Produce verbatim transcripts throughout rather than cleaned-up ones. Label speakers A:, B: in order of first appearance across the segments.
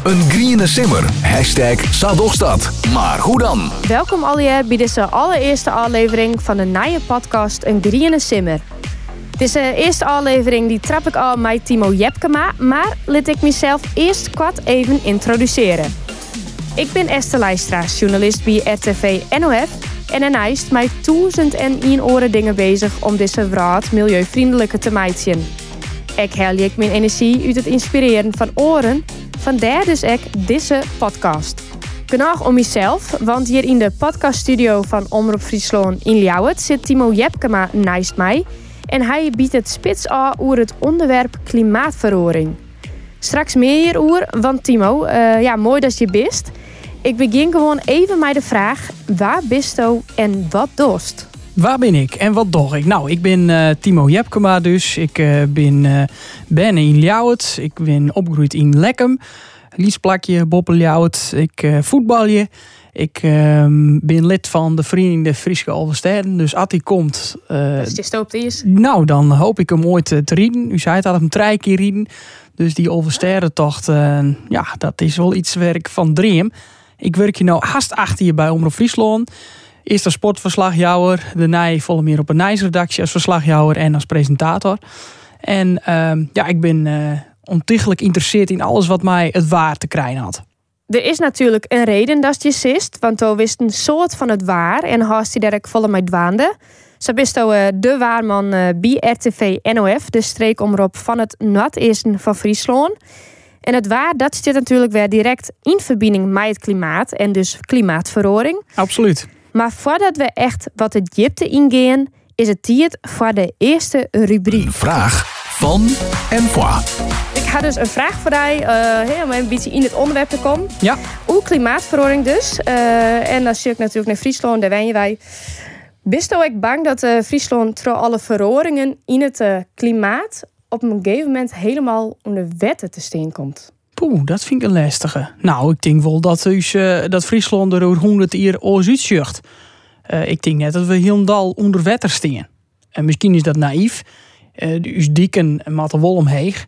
A: Een groene simmer. Hashtag Sadogstad. Maar hoe dan?
B: Welkom alweer bij deze allereerste aflevering van de nieuwe podcast Een Groene Simmer. Deze eerste aflevering die trap ik al met Timo Jepkema, maar laat ik mezelf eerst kwart even introduceren. Ik ben Esther Leistra, journalist bij R T V N O F en daarnaast met duizend en één oren dingen bezig om deze wereld milieuvriendelijker te maken. Ik haal ik mijn energie uit het inspireren van oren, vandaar dus ik deze podcast. Genoeg om mezelf, want hier in de podcaststudio van Omroep Friesland in Ljouwert zit Timo Jepkema naast mij en hij biedt het spits aan over het onderwerp klimaatverandering. Straks meer hierover, want Timo, uh, ja, mooi dat je bent. Ik begin gewoon even met de vraag, waar bist u en wat doest?
C: Waar ben ik en wat doe ik? Nou, ik ben uh, Timo Jepkema dus. Ik uh, ben, uh, ben in Ljouwert. Ik ben opgegroeid in Lekkem. Liesplakje, Boppel-Ljouwert. Ik uh, voetbal je. Ik uh, ben lid van de Vereniging der Friese Alversteden. Dus als die komt... Uh,
B: dus die stoopt eerst.
C: Nou, dan hoop ik hem ooit uh, te rieden. U zei het al, hem drie keer rieden. Dus die Alverstedentocht, uh, ja, dat is wel iets werk van dream. Ik werk je nou haast achter je bij Omroep Friesland. Eerst als sportverslagjouwer, daarna volg meer op een nieuwsredactie als verslagjouwer en als presentator. En uh, ja, ik ben uh, ontiegelijk geïnteresseerd in alles wat mij het waar te krijgen had.
B: Er is natuurlijk een reden dat je zist, want je wist een soort van het waar en haast je daar ook volle mee dwaande. Zo bist je uh, de waarman uh, bij R T V N O F, de streekomroep van het Noordesten van Friesland. En het waar, dat zit natuurlijk weer direct in verbinding met het klimaat en dus klimaatverandering.
C: Absoluut.
B: Maar voordat we echt wat het diepte ingaan, is het tijd voor de eerste rubriek.
A: Een vraag van en voor.
B: Ik ga dus een vraag voor jou, uh, om een beetje in het onderwerp te komen.
C: Ja.
B: Hoe klimaatverandering dus. Uh, en dan zie ik natuurlijk naar Friesland, daar wen je wij. Bist je ook bang dat uh, Friesland door alle veranderingen in het uh, klimaat op een gegeven moment helemaal onder wetten te steen komt?
C: Poeh, dat vind ik een lastige. Nou, ik denk wel dat, dus, uh, dat Friesland er honderd jaar oors uitzucht. Uh, ik denk net dat we helemaal onder wetter staan. En misschien is dat naïef. Uh, dus dieken matten wel omheen.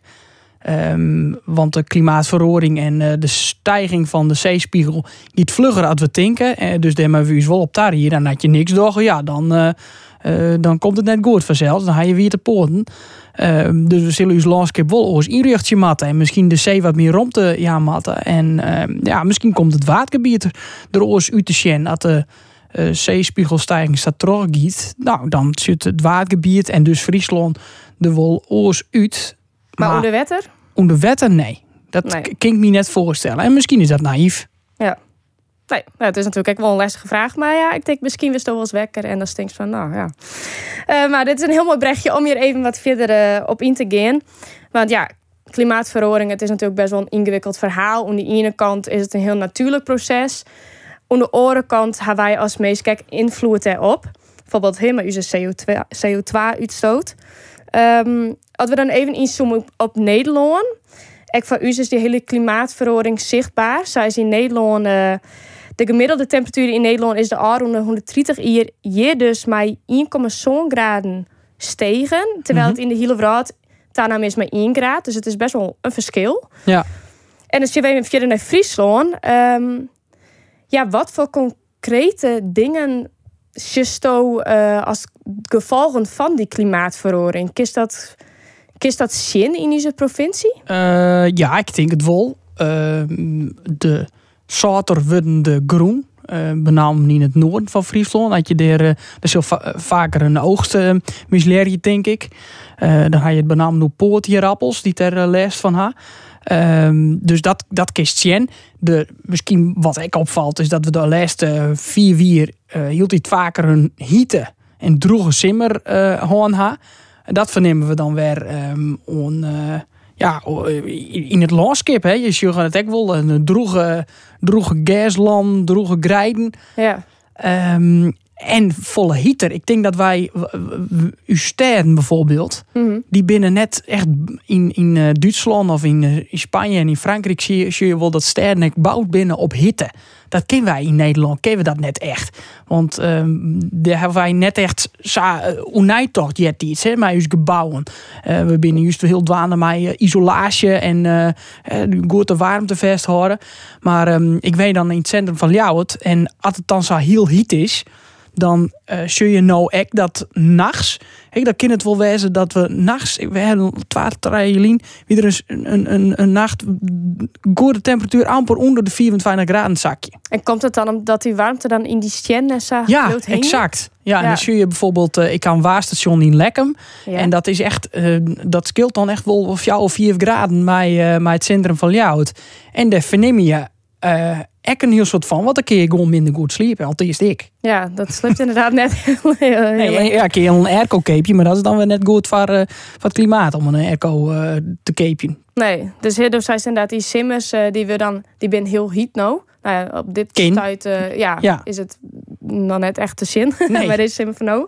C: Um, want de klimaatverandering en uh, de stijging van de zeespiegel gaat vlugger als we denken. Uh, dus daar hebben we ons wel op daar hier. Dan had je niks door. Ja, dan, uh, uh, dan komt het net goed vanzelf. Dan ga je weer te poorten. Uh, dus we zullen ons landschap wel ons inrichtje matten. En misschien de zee wat meer rond te ja, matten. En uh, ja, misschien komt het watergebied er, er ons uit te zien. Als de uh, zeespiegelstijging staat teruggiet. Nou, dan zit het watergebied en dus Friesland er wel ons uit.
B: Maar, maar onder wetter?
C: Onder wetter, nee. Dat
B: nee.
C: kan ik me net voorstellen. En misschien is dat naïef.
B: Ja. Nee, nou, het is natuurlijk ook wel een lastige vraag. Maar ja, ik denk misschien wist het wel eens wekker. En dan stinkt van, nou ja. Uh, maar dit is een heel mooi berichtje om hier even wat verder uh, op in te gaan. Want ja, klimaatverandering, het is natuurlijk best wel een ingewikkeld verhaal. Aan de ene kant is het een heel natuurlijk proces. Aan de andere kant hebben wij als mens, kijk, invloed erop. Bijvoorbeeld helemaal onze C O twee uitstoot. Um, als we dan even inzoomen op, op Nederland. Ik voor u is die hele klimaatverandering zichtbaar. Zij is in Nederland... Uh, de gemiddelde temperatuur in Nederland is de aarde honderddertig jaar hier dus met één komma zeven graden stegen. Terwijl mm-hmm. het in de hele wereld daarna is met één graad. Dus het is best wel een verschil.
C: Ja.
B: En dan zien we even verder naar Friesland. Um, ja, wat voor concrete dingen justo uh, als gevolgen van die klimaatverandering? Kist dat, kist dat zin in deze provincie?
C: Uh, ja, ik denk het wel. Uh, de soorten worden de groen. Uh, benamelijk in het noorden van Friesland. Dat je daar, uh, dat is heel va- vaker een oogst uh, misleer, denk ik. Uh, dan ga je het benamelijk door poortierappels die ter uh, les van ha. Um, dus dat, dat kist zien. De misschien wat ik opvalt is dat we de laatste vier jaar uh, hield het vaker een hitte en droge simmer uh, hoorn ha. En dat vernemen we dan weer um, on, uh, ja, in het landschap. Hè. Je ziet het ook wel een droge, droge gasland, droge grijden.
B: Ja.
C: Um, En volle heater. Ik denk dat wij, uw steden bijvoorbeeld,
B: Mm-hmm.
C: die binnen net echt in, in uh, Duitsland of in, uh, in Spanje en in Frankrijk zie je, zie je wel dat steden echt bouwt binnen op hitte. Dat kennen wij in Nederland, kennen we dat net echt. Want um, daar hebben wij net echt unijtocht jet iets, hè, met ons gebouwen. Uh, we binnen juist heel dwaande met uh, isolatie en uh, uh, goed de warmte vasthouden. Maar um, ik weet dan in het centrum van Ljouwert, en als het dan zo heel heet is, dan uh, zul je nou echt dat nachts, ik dat kan het wel wezen dat we nachts, we hebben twaalf trajectolien, weer eens een, een, een, een nacht goede temperatuur amper onder de vierentwintig graden zakje.
B: En komt het dan omdat die warmte dan in die stjen zo
C: Ja,
B: bloot heen?
C: exact. Ja, en
B: Ja.
C: dan zul je bijvoorbeeld, uh, ik kan een waarstation in Lekkem.
B: Ja.
C: En dat is echt, uh, dat scheelt dan echt wel of jou of vier graden met, uh, met het centrum van Ljouwert. En daar verneem je uh, echt een heel soort van, want dan kun je gewoon minder goed sliepen. Althans ik.
B: Ja, dat slipt inderdaad net heel, heel, heel
C: Nee, ja, ik heb een airco-capeje, maar dat is dan weer net goed voor, uh, voor het klimaat om een airco uh, te capejen.
B: Nee, dus heel zijn inderdaad die simmers uh, die we dan die ben heel heat nou. Nou ja, op dit
C: Kin.
B: tijd uh, ja,
C: Ja.
B: is het dan net echt te zin
C: Nee.
B: bij deze simmer van nou.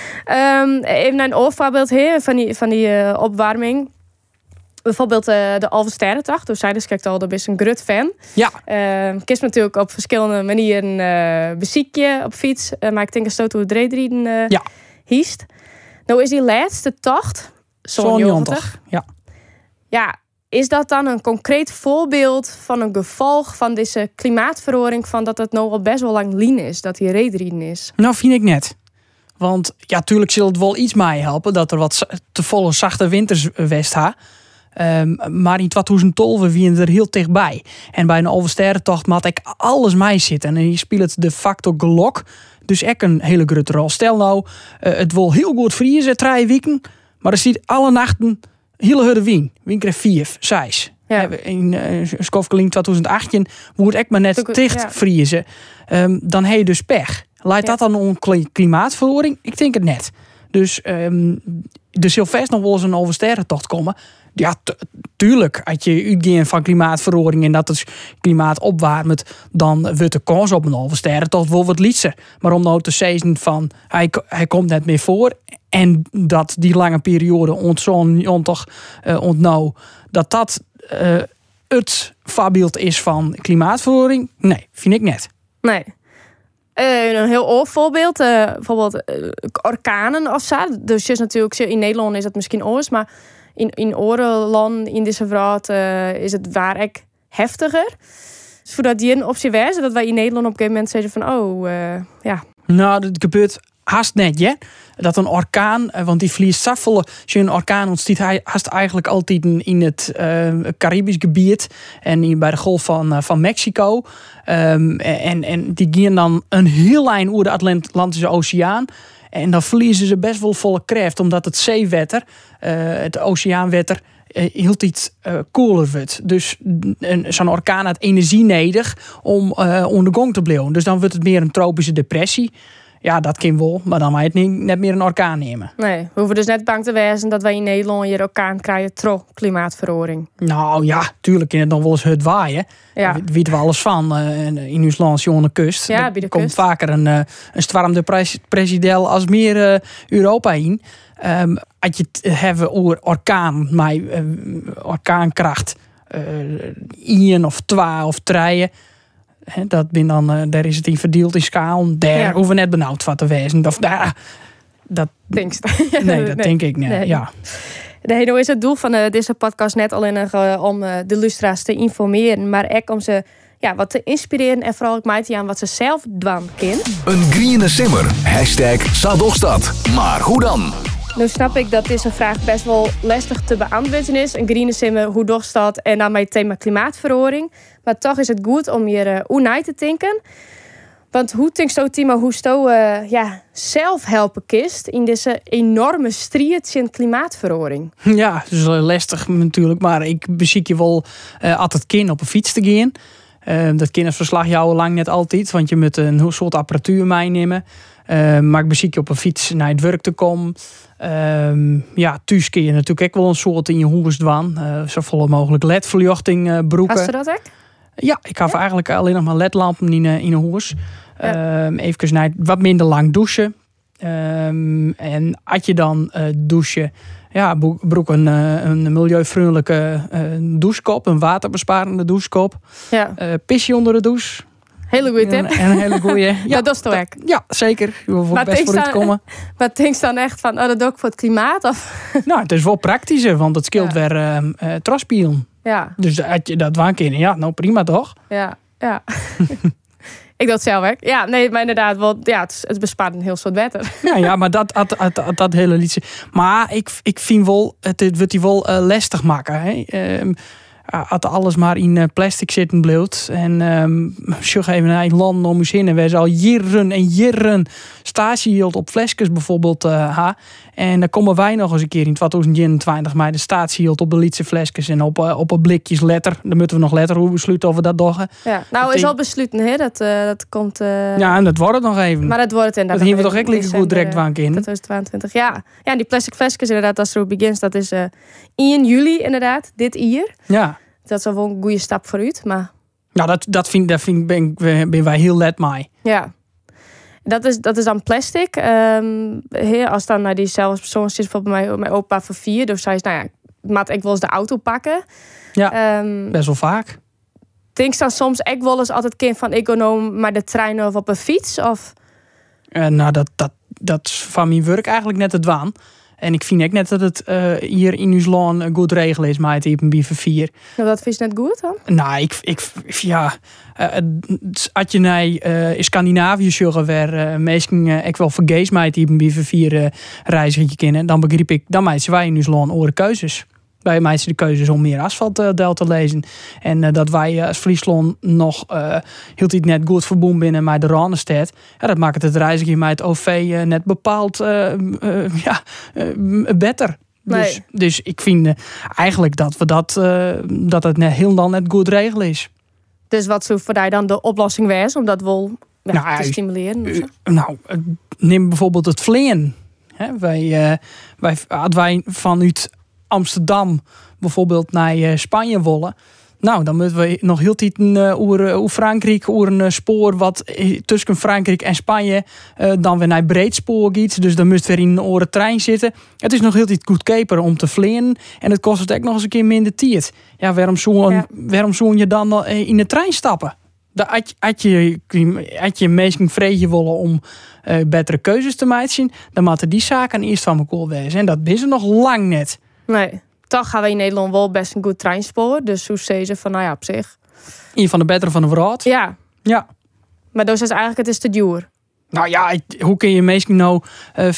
B: Um, even naar een oorvoorbeeld hier van die, van die uh, opwarming. Bijvoorbeeld uh, de Alve Sterrentocht. Dus zij dus kijkt al, dat is een grut fan.
C: Ja.
B: Uh, kist natuurlijk op verschillende manieren uh, beziekje op fiets. Uh, maar ik denk een stoot hoe het reedrieden uh,
C: Ja.
B: hiest. Nou is die laatste tocht zo'n negentig.
C: Ja.
B: Ja, is dat dan een concreet voorbeeld van een gevolg van deze klimaatverandering, van dat het nou al best wel lang lien is, dat die reedrieden is?
C: Nou, vind ik net. Want ja, tuurlijk zal het wel iets mee helpen dat er wat za- te volle zachte winters west ha. Um, maar in tweeduizend twaalf wie er heel dichtbij. En bij een Oversterrentocht maat ik alles mee zitten. En je speelt het de facto glok. Dus echt een hele grote rol. Stel nou, uh, het wil heel goed vriezen, drie weken. Maar er zit alle nachten hele hurde wien. Wien krijgt vier, zes.
B: Ja.
C: In uh, Skofkeling tweeduizend achttien moet echt maar net
B: Ook-
C: dicht
B: ja.
C: vriezen. Um, dan heb je dus pech. Leidt
B: Ja.
C: dat dan om kli- klimaatverandering? Ik denk het net. Dus um, er zal vast nog wel eens een Oversterrentocht komen. Ja, t- tuurlijk. Als je uitgaat van klimaatverandering en dat het klimaat opwarmt, dan wordt de kans op een Oversterrentocht wel wat lietser. Maar om nou te zeggen van hij, hij komt net meer voor en dat die lange periode ont zo'n ontoch uh, ont nou, dat dat uh, het voorbeeld is van klimaatverandering? Nee, vind ik net.
B: Nee. Uh, een heel oor voorbeeld, uh, bijvoorbeeld uh, orkanen of zo. Dus is natuurlijk, in Nederland is het misschien oors, maar in, in orenland, in deze vraag, uh, is het waar echt heftiger. Dus voordat die een optie wijzen, dat wij in Nederland op een gegeven moment zeggen van, oh, uh, ja.
C: Nou, dat gebeurt haast net, ja. Dat een orkaan, want die vliegt saffelen. Als je een orkaan ontstiet, hij haast eigenlijk altijd in, in het uh, Caribisch gebied en in, bij de golf van, uh, van Mexico. Um, en, en die gaan dan een heel lijn over de Atlantische Oceaan. En dan verliezen ze best wel volle kracht, omdat het zeewetter, uh, het oceaanwetter, uh, heel iets uh, koeler wordt. Dus een, zo'n orkaan had energie nodig om uh, onder gang te blijven. Dus dan wordt het meer een tropische depressie. Ja, dat kan wel, maar dan mag je het niet, net meer een orkaan nemen.
B: Nee, we hoeven dus net bang te wezen dat wij in Nederland hier orkaan krijgen tro klimaatverandering.
C: Nou ja, tuurlijk kan het nog wel eens hard waaien.
B: Ja.
C: Daar weten we alles van. Uh, in ons land, aan de kust.
B: Ja,
C: er
B: bij de
C: komt
B: kust.
C: vaker een, uh, een stormde pres president als meer uh, Europa in. Um, als je het hebben over orkaan, maar uh, orkaankracht, uh, één of twee of drie. He, dat ben dan, uh, daar is het in verdeeld in schaal. Daar
B: Ja.
C: hoeven we net benauwd van te wezen. Of, daar, dat,
B: Denkst.
C: nee, dat denk ik niet.
B: Nee.
C: Ja.
B: Nee, nou is het doel van uh, deze podcast net alleen uh, om uh, de lustra's te informeren, maar ook om ze ja, wat te inspireren en vooral ook mij te aan wat ze zelf doen kunnen.
A: Een groene simmer. Hashtag Sadogstad. Maar hoe dan?
B: Nu snap ik dat deze vraag best wel lastig te beantwoorden is. Een groene simmer, hoe docht dat? En dan met het thema klimaatverandering. Maar toch is het goed om hier uh, oenij te denken. Want hoe denk je, Timo, hoe je uh, ja, zelf helpen kist in deze enorme strijd in klimaatverandering?
C: Ja, dat is wel lastig natuurlijk. Maar ik beziek je wel uh, altijd kind op een fiets te gaan. Uh, dat kindersverslag jou lang net altijd. Want je moet een soort apparatuur meenemen. Uh, maar ik beziek je op een fiets naar het werk te komen. Uh, ja, thuis kun je natuurlijk ook wel een soort in je hoes doen. Uh, zo volle mogelijk L E D-verlichting uh, broeken.
B: Hast je dat ook?
C: Ja, ik heb eigenlijk alleen nog maar L E D-lampen in, uh, in een hoes.
B: Ja.
C: Um, even naar wat minder lang douchen. Um, en als je dan uh, douchen, ja, broek een, uh, een milieuvriendelijke uh, douchekop, een waterbesparende douchekop.
B: Ja.
C: Uh, pisje onder de douche.
B: Hele goede tip.
C: En, en een hele goede.
B: Ja, dat is toch werk.
C: Ja, zeker. Je wil
B: maar
C: best voor
B: dan,
C: het komen.
B: Maar denk je dan echt van, oh, dat doe ik voor het klimaat? Of?
C: Nou, het is wel praktischer, want het scheelt
B: ja.
C: weer uh, uh, traspielen.
B: Ja.
C: Dus had je dat waan kennen, ja, nou prima toch?
B: Ja, ja. Ik doe het zelf werk. Ja, nee, maar inderdaad, wel, ja, het, het bespaart een heel soort wetter.
C: Ja, ja, maar dat, dat, dat, dat hele liedje. Maar ik, ik vind wel, het wordt die wel uh, lastig maken. Hè? Um, Had alles maar in uh, plastic zitten bloot. En um, zeg even naar het land om ons heen. En wij al jaren en jaren stage hield op flesjes bijvoorbeeld. Uh, ha. En dan komen wij nog eens een keer in twintig eenentwintig. Maar de statie hield op de lietse flesjes en op, uh, op een blikjes letter. Dan moeten we nog letter hoe besluiten over dat doggen.
B: Ja, nou
C: dat
B: is
C: denk...
B: al besluiten, hè? Dat, uh, dat komt. Uh...
C: Ja, en dat wordt het nog even.
B: Maar dat wordt het inderdaad.
C: Dat hier we toch echt lekker goed direct waan in.
B: twintig tweeëntwintig, ja. Ja, en die plastic flesjes inderdaad, als er op begint, dat is uh, één juli inderdaad, dit jaar.
C: Ja.
B: Dat is al wel een goede stap vooruit, maar...
C: Nou, dat, dat, vind, dat vind, ben, ben wij heel let mee.
B: Ja. Dat is, dat is dan plastic. Um, he, als dan naar diezelfde persoon zit, bijvoorbeeld mijn, mijn opa voor vier. Dus hij is, nou ja, maat ik wel eens de auto pakken.
C: Ja,
B: um,
C: best wel vaak.
B: Denk je dan soms ik wel eens altijd kind van, ik ga nou maar de trein of op een fiets? Of...
C: Uh, nou, dat, dat, dat is van mijn werk eigenlijk net het waan. En ik vind ook net dat het uh, hier in ons land goed regelen is, maar het even bij vier.
B: Nou, dat vind je net goed dan?
C: Nou, ik, ik ja, uh, als je naar uh, in Scandinavië zeggen waar uh, meesten uh, ik wel vergees mij het even bij vier uh, reizen kennen, dan begrijp ik, dan maken wij in ons land oren keuzes. Wij maken de keuzes om meer asfaltdeel te lezen. En uh, dat wij uh, als Friesland nog uh, hield het net goed verbonden binnen met de Randstad. Ja, dat maakt het reizen hier met het O V uh, net bepaald uh, uh, ja, uh, beter.
B: Nee.
C: Dus, dus ik vind uh, eigenlijk dat we dat, uh, dat het net heel dan net goed regelen is.
B: Dus wat zou voor jou dan de oplossing wees om dat wel ja,
C: nou,
B: te stimuleren?
C: Uh, nou, uh, neem bijvoorbeeld het vleen. Hè, wij, uh, wij, had wij vanuit Amsterdam bijvoorbeeld naar uh, Spanje willen. Nou, dan moeten we nog heel tijd uh, over, uh, over Frankrijk, over een uh, spoor wat uh, tussen Frankrijk en Spanje uh, dan weer naar breedspoor gaat. Dus dan moet weer in een oren trein zitten. Het is nog heel tijd goedkoper om te vliegen en het kost het ook nog eens een keer minder tijd. Ja, waarom zou ja. waarom zou je dan uh, in de trein stappen? Als je, als je mensen vreetje willen om uh, betere keuzes te maken, dan moeten die zaken eerst van elkaar wezen. En dat is er nog lang net.
B: Nee, toch gaan we in Nederland wel best een goed treinspoor. Dus hoe zei ze van, nou ja, op zich.
C: Een van de betere van de wereld.
B: Ja.
C: Ja.
B: Maar dus is eigenlijk, het is te duur.
C: Nou ja, hoe kun je mensen nou uh,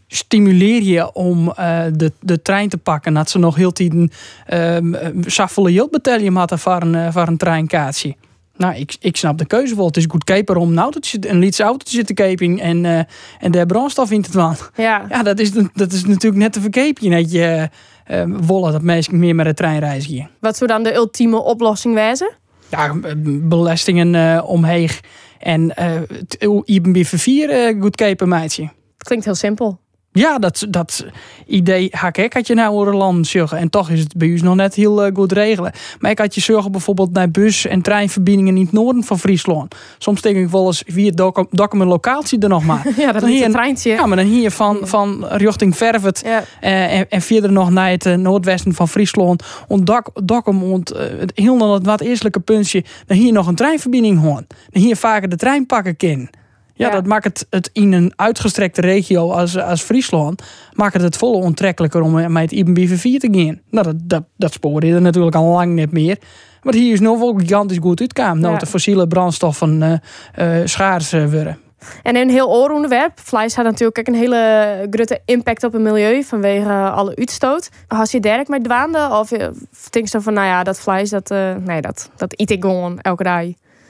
C: stimuleren om uh, de, de trein te pakken? Dat ze nog heel tijd een uh, zoveel geld betalen hadden voor een, uh, voor een treinkaartje. Nou, ik, ik snap de keuze wel. Het is goedkoper om een, autootje, een Lietse autootje te kopen en, uh, en daar brandstof in te doen.
B: Ja,
C: ja dat, is, dat is natuurlijk net te verkeepje. Dat je uh, willen dat mensen meer met de trein reizen.
B: Wat zou dan de ultieme oplossing wezen?
C: Ja, belastingen uh, omheen. En uh, je bent bij vervier uh, goedkoper meidje.
B: Het klinkt heel simpel.
C: Ja, dat, dat idee hak ik had je nou over land zorgen. En toch is het bij ons nog net heel uh, goed regelen. Maar ik had je zorgen bijvoorbeeld naar bus- en treinverbindingen in het noorden van Friesland. Soms denk ik wel eens, wie het document lokaaltje er nog maar.
B: Ja, dat is een treintje.
C: Ja, maar dan hier van, van richting Vervet
B: ja.
C: uh, en, en verder nog naar het uh, noordwesten van Friesland. Ontdak, dokum, ont, uh, heel nog het wat eerlijke puntje. Dan hier nog een treinverbinding hoorn. Dan hier vaker de trein pakken kan. Ja, ja, dat maakt het, het in een uitgestrekte regio als, als Friesland maakt het het volle onttrekkelijker om met I B M vier te gaan. Nou, dat, dat, dat spoor je er natuurlijk al lang niet meer. Maar hier is nog wel gigantisch goed uitkomen. Nou, ja. De fossiele brandstoffen uh, uh, schaars uh, worden.
B: En een heel oor onderwerp. Vlees had natuurlijk ook een hele grote impact op het milieu vanwege alle uitstoot. Had je direct met dwaande? Of denk je van, nou ja, dat vlees, dat, uh, nee, dat, dat eet ik gewoon elke dag?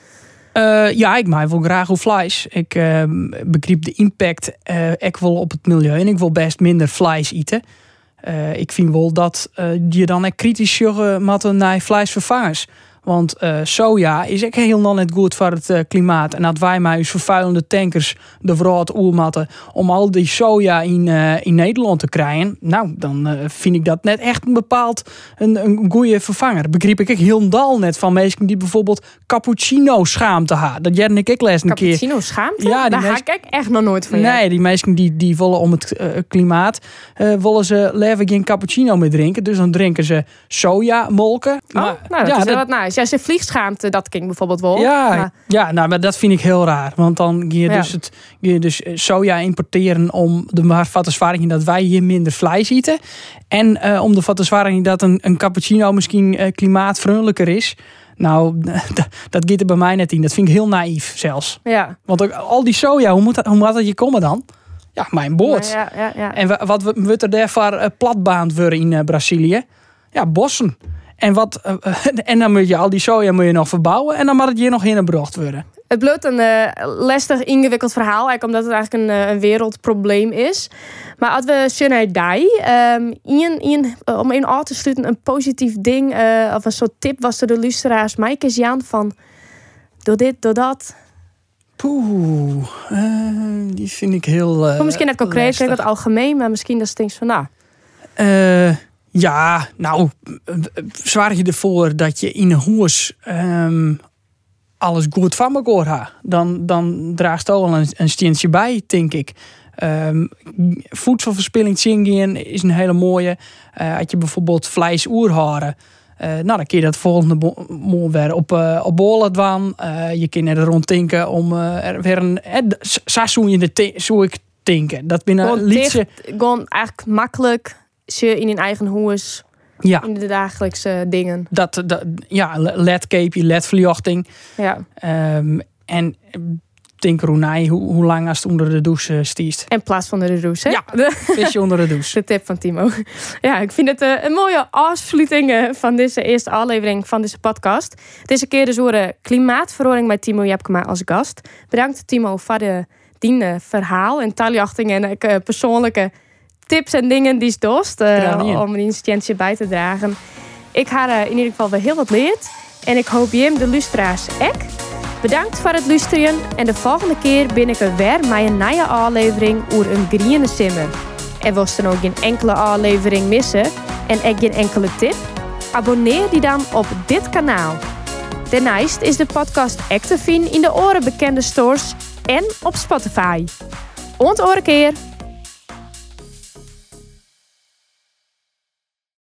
C: Uh, ja, ik maak wel graag hoe vlees. Ik uh, begrijp de impact uh, ik wil op het milieu en ik wil best minder vlees eten. Uh, ik vind wel dat uh, je dan echt kritisch zorgen moet naar vleesvervangers. Want uh, soja is ook helemaal net goed voor het uh, klimaat. En dat wij met ons vervuilende tankers de vooruit oermatten om al die soja in, uh, in Nederland te krijgen. Nou, dan uh, vind ik dat net echt een bepaald een, een goede vervanger. Begreep ik ook heel dal net van mensen die bijvoorbeeld cappuccino schaamte hebben. Dat jij ik les een keer.
B: Cappuccino schaamte?
C: Ja,
B: daar
C: meest...
B: ga ik echt nog nooit van.
C: Nee, die mensen die, die willen om het uh, klimaat, uh, willen ze leven geen cappuccino meer drinken. Dus dan drinken ze sojamolken.
B: Oh,
C: maar,
B: nou, dat
C: ja,
B: is wel
C: dat...
B: wat nice. Ja, ze vliegschaamte, dat ging bijvoorbeeld wel.
C: Ja,
B: maar...
C: ja, nou, maar dat vind ik heel raar. Want dan ga je, ja. dus, het, ga je dus soja importeren om de verzwaring dat wij hier minder vlees eten. En uh, om de verzwaring dat een, een cappuccino misschien uh, klimaatvriendelijker is. Nou, dat gaat er bij mij net in. Dat vind ik heel naïef zelfs.
B: Ja.
C: Want ook, al die soja, hoe moet dat, hoe moet dat je komen dan? Ja, mijn boord.
B: Ja, ja, ja.
C: En wat wordt er daarvoor uh, platbaand worden in uh, Brazilië? Ja, bossen. En, wat, uh, en dan moet je al die soja moet je nog verbouwen en dan moet het hier nog ingebracht worden.
B: Het blijft een uh, lastig, ingewikkeld verhaal, eigenlijk omdat het eigenlijk een, een wereldprobleem is. Maar als we zien naar die, um, in, in, uh, om in aan te sluiten, een positief ding uh, of een soort tip was er de luisteraars Maaike Jan van doe dit, doe dat.
C: Poeh, uh, die vind ik heel uh,
B: misschien net concreet, kijk wat algemeen, maar misschien dat je denkt van nou.
C: Uh, ja, nou, zwaar je ervoor dat je in een huis um, alles goed van elkaar hebt. Dan, dan draagt het al een, een steentje bij, denk ik. Um, voedselverspilling zingen is een hele mooie. Uh, had je bijvoorbeeld vlees oerharen. Uh, nou, dan kun je dat volgende mooi weer op, uh, op bollen doen. Uh, je kunt er rond tinken om uh, er weer een eh, seizoen in de te- zo ik tinken. Dat binnen liedje.
B: Gewoon eigenlijk makkelijk ze in hun eigen huis.
C: Ja.
B: In de dagelijkse dingen.
C: Dat, dat ja, L E D-cape, L E D-verlichting.
B: Ja.
C: Um, en denk Roenij, hoe, hoe lang als het onder de douche stiest.
B: In plaats van de douche, hè?
C: Ja, visje onder de douche.
B: De tip van Timo. Ja, ik vind het uh, een mooie afsluiting uh, van deze eerste aflevering van deze podcast. Deze keer dus horen klimaatverandering met Timo Jepkema als gast. Bedankt Timo voor de diende verhaal en taljachting en uh, persoonlijke tips en dingen die is dost uh, om een instantie bij te dragen. Ik heb uh, in ieder geval wel heel wat leerd en ik hoop je de luisteraars ook. Bedankt voor het luisteren en de volgende keer ben ik er weer met een nieuwe aflevering over een groene simmer. En wil je dan ook geen enkele aflevering missen en ook geen enkele tip? Abonneer die dan op dit kanaal. Daarnaast is de podcast ook te vinden in de oren bekende stores en op Spotify. Ont oren keer!